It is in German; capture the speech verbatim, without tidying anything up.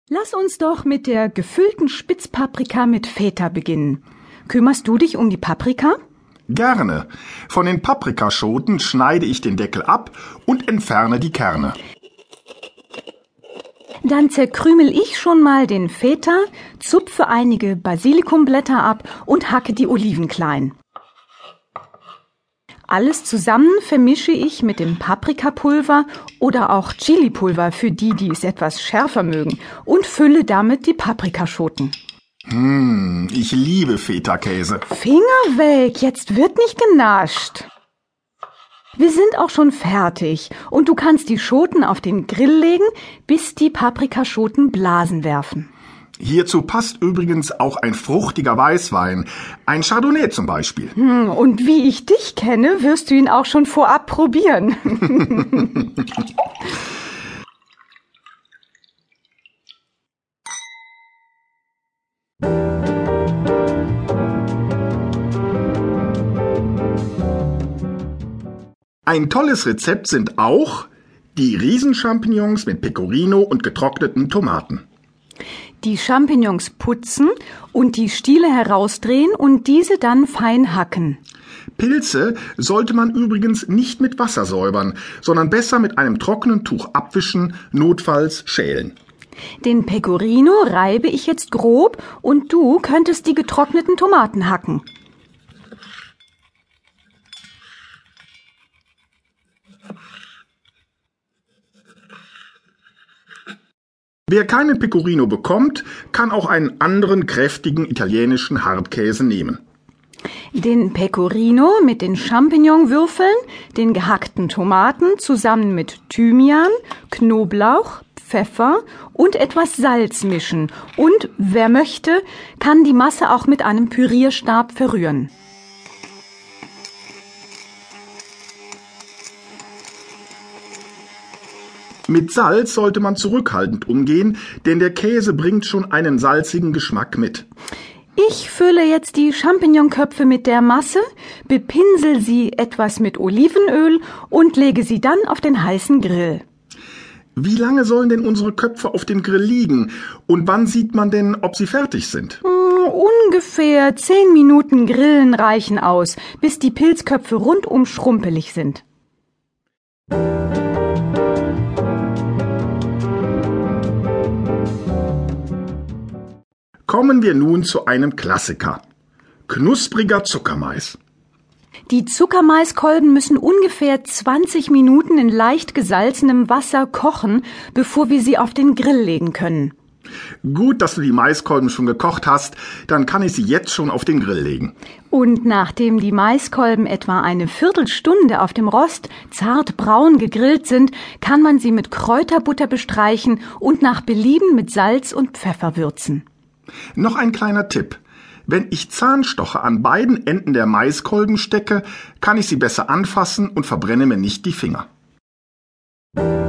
Lass uns doch mit der gefüllten Spitzpaprika mit Feta beginnen. Kümmerst du dich um die Paprika? Gerne. Von den Paprikaschoten schneide ich den Deckel ab und entferne die Kerne. Dann zerkrümel ich schon mal den Feta, zupfe einige Basilikumblätter ab und hacke die Oliven klein. Alles zusammen vermische ich mit dem Paprikapulver oder auch Chilipulver für die, die es etwas schärfer mögen, und fülle damit die Paprikaschoten. Hm, ich liebe Feta-Käse. Finger weg, jetzt wird nicht genascht. Wir sind auch schon fertig und du kannst die Schoten auf den Grill legen, bis die Paprikaschoten Blasen werfen. Hierzu passt übrigens auch ein fruchtiger Weißwein, ein Chardonnay zum Beispiel. Hm, und wie ich dich kenne, wirst du ihn auch schon vorab probieren. Ein tolles Rezept sind auch die Riesenchampignons mit Pecorino und getrockneten Tomaten. Die Champignons putzen und die Stiele herausdrehen und diese dann fein hacken. Pilze sollte man übrigens nicht mit Wasser säubern, sondern besser mit einem trockenen Tuch abwischen, notfalls schälen. Den Pecorino reibe ich jetzt grob und du könntest die getrockneten Tomaten hacken. Wer keinen Pecorino bekommt, kann auch einen anderen kräftigen italienischen Hartkäse nehmen. Den Pecorino mit den Champignonwürfeln, den gehackten Tomaten zusammen mit Thymian, Knoblauch, Pfeffer und etwas Salz mischen und, wer möchte, kann die Masse auch mit einem Pürierstab verrühren. Mit Salz sollte man zurückhaltend umgehen, denn der Käse bringt schon einen salzigen Geschmack mit. Ich fülle jetzt die Champignonköpfe mit der Masse, bepinsel sie etwas mit Olivenöl und lege sie dann auf den heißen Grill. Wie lange sollen denn unsere Köpfe auf dem Grill liegen? Und wann sieht man denn, ob sie fertig sind? Hm, ungefähr zehn Minuten Grillen reichen aus, bis die Pilzköpfe rundum schrumpelig sind. Kommen wir nun zu einem Klassiker. Knuspriger Zuckermais. Die Zuckermaiskolben müssen ungefähr zwanzig Minuten in leicht gesalzenem Wasser kochen, bevor wir sie auf den Grill legen können. Gut, dass du die Maiskolben schon gekocht hast, dann kann ich sie jetzt schon auf den Grill legen. Und nachdem die Maiskolben etwa eine Viertelstunde auf dem Rost zart braun gegrillt sind, kann man sie mit Kräuterbutter bestreichen und nach Belieben mit Salz und Pfeffer würzen. Noch ein kleiner Tipp. Wenn ich Zahnstocher an beiden Enden der Maiskolben stecke, kann ich sie besser anfassen und verbrenne mir nicht die Finger.